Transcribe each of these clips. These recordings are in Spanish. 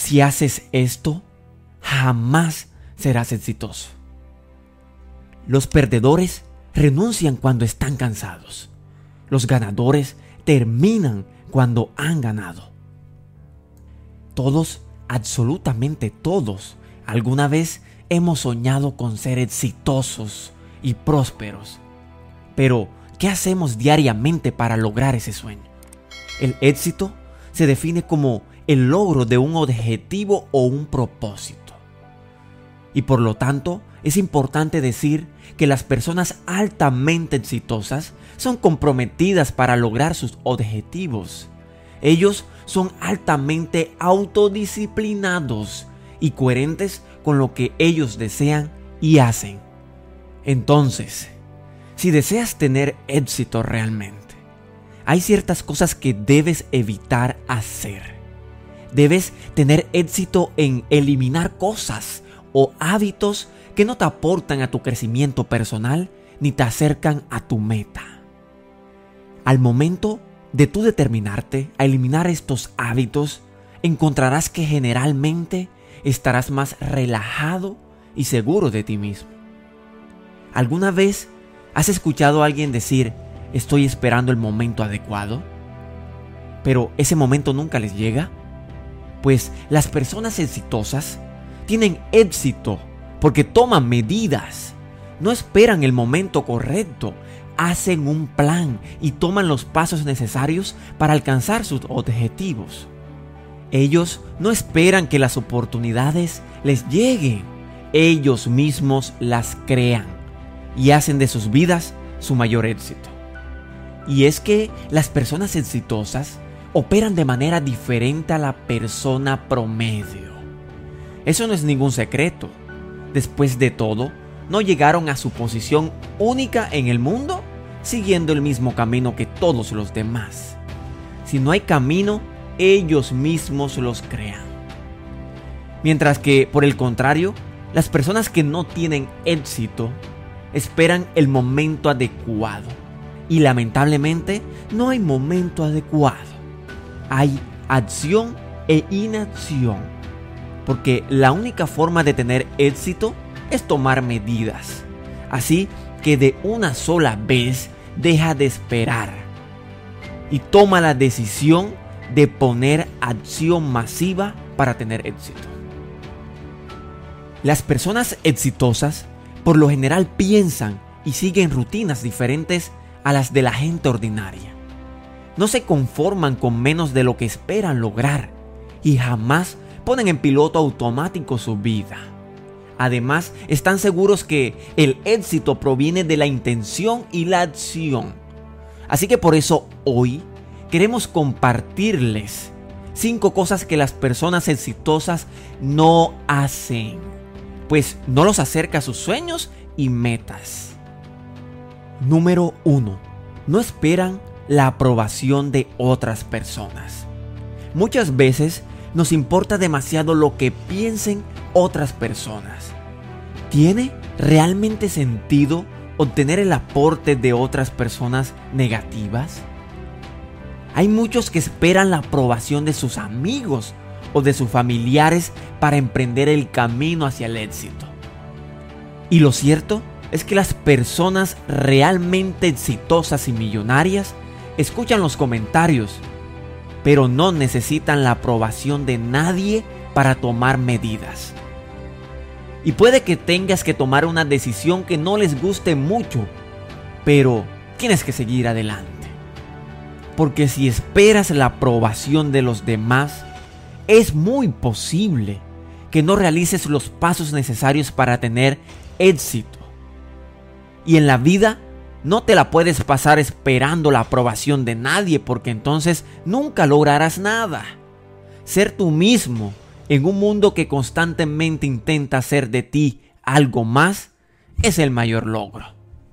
Si haces esto, jamás serás exitoso. Los perdedores renuncian cuando están cansados. Los ganadores terminan cuando han ganado. Todos, absolutamente todos, alguna vez hemos soñado con ser exitosos y prósperos. Pero, ¿qué hacemos diariamente para lograr ese sueño? El éxito se define como el logro de un objetivo o un propósito. Y por lo tanto, es importante decir que las personas altamente exitosas son comprometidas para lograr sus objetivos. Ellos son altamente autodisciplinados y coherentes con lo que ellos desean y hacen. Entonces, si deseas tener éxito realmente, hay ciertas cosas que debes evitar hacer. Debes tener éxito en eliminar cosas o hábitos que no te aportan a tu crecimiento personal ni te acercan a tu meta. Al momento de tú determinarte a eliminar estos hábitos, encontrarás que generalmente estarás más relajado y seguro de ti mismo. ¿Alguna vez has escuchado a alguien decir, estoy esperando el momento adecuado? Pero ese momento nunca les llega. Pues las personas exitosas tienen éxito porque toman medidas. No esperan el momento correcto, hacen un plan y toman los pasos necesarios para alcanzar sus objetivos. Ellos no esperan que las oportunidades les lleguen, ellos mismos las crean y hacen de sus vidas su mayor éxito. Y es que las personas exitosas operan de manera diferente a la persona promedio. Eso no es ningún secreto. Después de todo, ¿no llegaron a su posición única en el mundo siguiendo el mismo camino que todos los demás? Si no hay camino, ellos mismos los crean. Mientras que, por el contrario, las personas que no tienen éxito esperan el momento adecuado. Y lamentablemente, no hay momento adecuado. Hay acción e inacción. Porque la única forma de tener éxito es tomar medidas. Así que de una sola vez deja de esperar y toma la decisión de poner acción masiva para tener éxito. Las personas exitosas por lo general piensan y siguen rutinas diferentes a las de la gente ordinaria. No se conforman con menos de lo que esperan lograr y jamás ponen en piloto automático su vida. Además, están seguros que el éxito proviene de la intención y la acción. Así que por eso hoy queremos compartirles 5 cosas que las personas exitosas no hacen, pues no los acerca a sus sueños y metas. Número 1. No esperan la aprobación de otras personas. Muchas veces nos importa demasiado lo que piensen otras personas. ¿Tiene realmente sentido obtener el aporte de otras personas negativas? Hay muchos que esperan la aprobación de sus amigos o de sus familiares para emprender el camino hacia el éxito. Y lo cierto es que las personas realmente exitosas y millonarias escuchan los comentarios, pero no necesitan la aprobación de nadie para tomar medidas. Y puede que tengas que tomar una decisión que no les guste mucho, pero tienes que seguir adelante. Porque si esperas la aprobación de los demás, es muy posible que no realices los pasos necesarios para tener éxito. Y en la vida no te la puedes pasar esperando la aprobación de nadie, porque entonces nunca lograrás nada. Ser tú mismo en un mundo que constantemente intenta hacer de ti algo más es el mayor logro.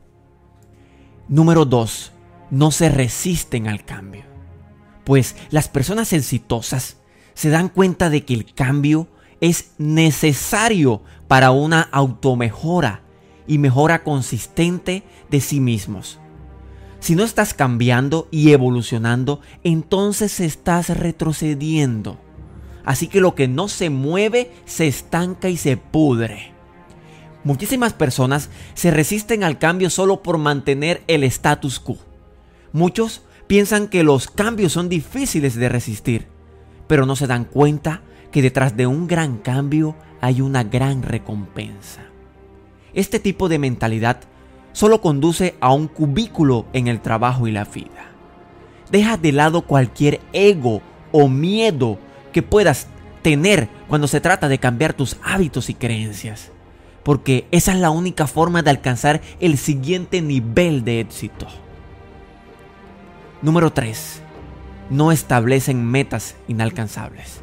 Número 2. No se resisten al cambio. Pues las personas exitosas se dan cuenta de que el cambio es necesario para una automejora y mejora consistente de sí mismos. Si no estás cambiando y evolucionando, entonces estás retrocediendo. Así que lo que no se mueve se estanca y se pudre. Muchísimas personas se resisten al cambio solo por mantener el status quo. Muchos piensan que los cambios son difíciles de resistir, pero no se dan cuenta que detrás de un gran cambio hay una gran recompensa. Este tipo de mentalidad solo conduce a un cubículo en el trabajo y la vida. Deja de lado cualquier ego o miedo que puedas tener cuando se trata de cambiar tus hábitos y creencias, porque esa es la única forma de alcanzar el siguiente nivel de éxito. Número 3. No establecen metas inalcanzables.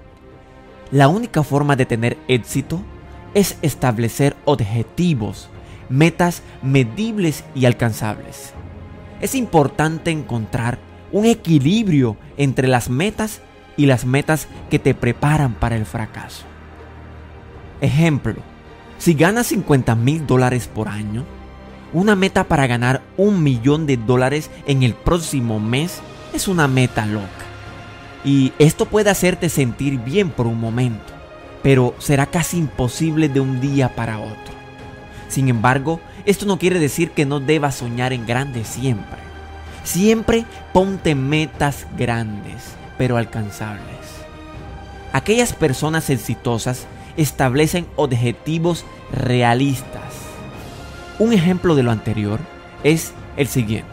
La única forma de tener éxito es establecer objetivos, metas medibles y alcanzables. Es importante encontrar un equilibrio entre las metas y las metas que te preparan para el fracaso. Ejemplo, si ganas $50,000 por año, una meta para ganar $1,000,000 en el próximo mes es una meta loca. Y esto puede hacerte sentir bien por un momento, pero será casi imposible de un día para otro. Sin embargo, esto no quiere decir que no debas soñar en grande siempre. Siempre ponte metas grandes, pero alcanzables. Aquellas personas exitosas establecen objetivos realistas. Un ejemplo de lo anterior es el siguiente.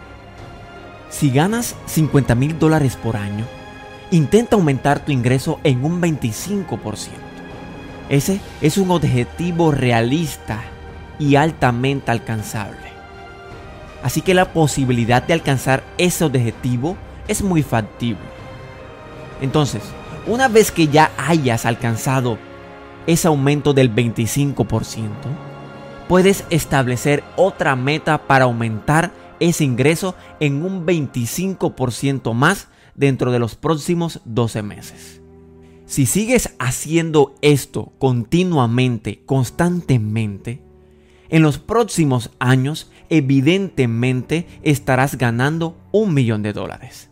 Si ganas $50,000 por año, intenta aumentar tu ingreso en un 25%. Ese es un objetivo realista y altamente alcanzable. Así que la posibilidad de alcanzar ese objetivo es muy factible. Entonces, una vez que ya hayas alcanzado ese aumento del 25%, puedes establecer otra meta para aumentar ese ingreso en un 25% más dentro de los próximos 12 meses. Si sigues haciendo esto continuamente, constantemente, en los próximos años, evidentemente estarás ganando $1,000,000.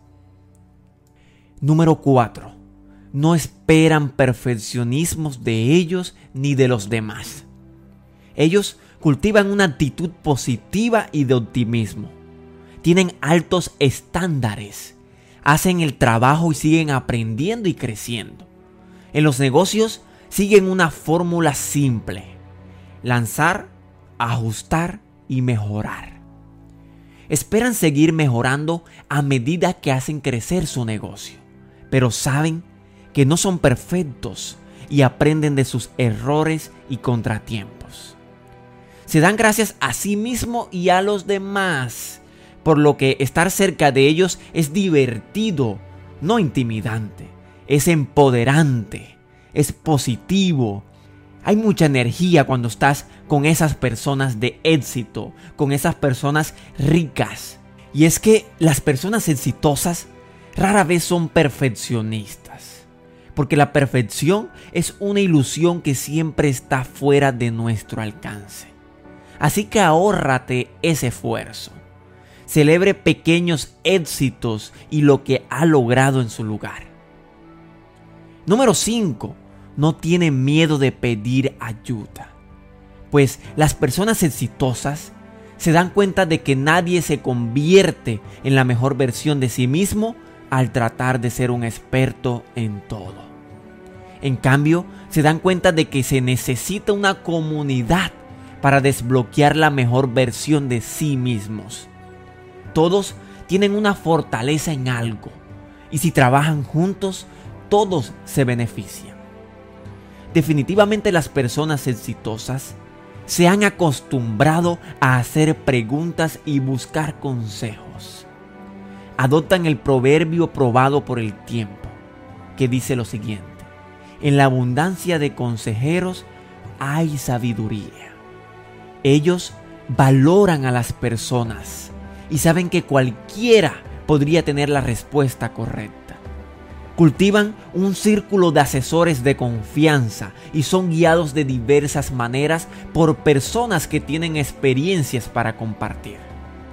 Número 4. No esperan perfeccionismos de ellos ni de los demás. Ellos cultivan una actitud positiva y de optimismo. Tienen altos estándares. Hacen el trabajo y siguen aprendiendo y creciendo. En los negocios siguen una fórmula simple: lanzar, ajustar y mejorar. Esperan seguir mejorando a medida que hacen crecer su negocio, pero saben que no son perfectos y aprenden de sus errores y contratiempos. Se dan gracias a sí mismo y a los demás, por lo que estar cerca de ellos es divertido, no intimidante, es empoderante, es positivo. Hay mucha energía cuando estás con esas personas de éxito, con esas personas ricas. Y es que las personas exitosas rara vez son perfeccionistas, porque la perfección es una ilusión que siempre está fuera de nuestro alcance. Así que ahórrate ese esfuerzo. Celebre pequeños éxitos y lo que ha logrado en su lugar. Número 5. No tiene miedo de pedir ayuda. Pues las personas exitosas se dan cuenta de que nadie se convierte en la mejor versión de sí mismo al tratar de ser un experto en todo. En cambio, se dan cuenta de que se necesita una comunidad para desbloquear la mejor versión de sí mismos. Todos tienen una fortaleza en algo, y si trabajan juntos, todos se benefician. Definitivamente las personas exitosas se han acostumbrado a hacer preguntas y buscar consejos. Adoptan el proverbio probado por el tiempo, que dice lo siguiente: en la abundancia de consejeros hay sabiduría. Ellos valoran a las personas y saben que cualquiera podría tener la respuesta correcta. Cultivan un círculo de asesores de confianza y son guiados de diversas maneras por personas que tienen experiencias para compartir.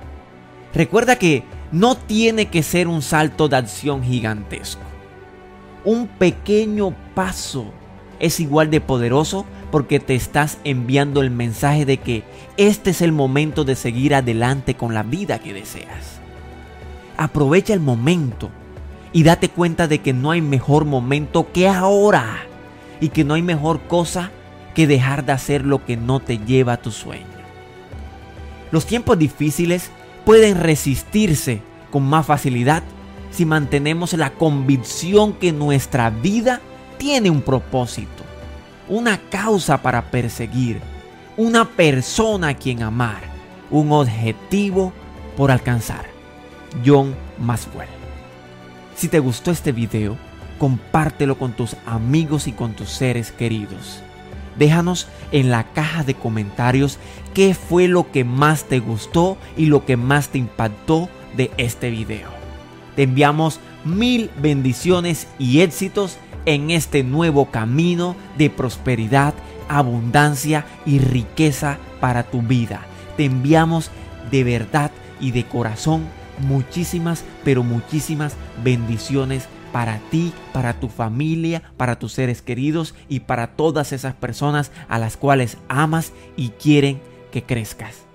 Recuerda que no tiene que ser un salto de acción gigantesco. Un pequeño paso es igual de poderoso porque te estás enviando el mensaje de que este es el momento de seguir adelante con la vida que deseas. Aprovecha el momento y date cuenta de que no hay mejor momento que ahora y que no hay mejor cosa que dejar de hacer lo que no te lleva a tu sueño. Los tiempos difíciles pueden resistirse con más facilidad si mantenemos la convicción que nuestra vida tiene un propósito, una causa para perseguir, una persona a quien amar, un objetivo por alcanzar. John Maxwell. Si te gustó este video, compártelo con tus amigos y con tus seres queridos. Déjanos en la caja de comentarios qué fue lo que más te gustó y lo que más te impactó de este video. Te enviamos 1000 bendiciones y éxitos en este nuevo camino de prosperidad, abundancia y riqueza para tu vida. Te enviamos de verdad y de corazón muchísimas, pero muchísimas bendiciones para ti, para tu familia, para tus seres queridos y para todas esas personas a las cuales amas y quieren que crezcas.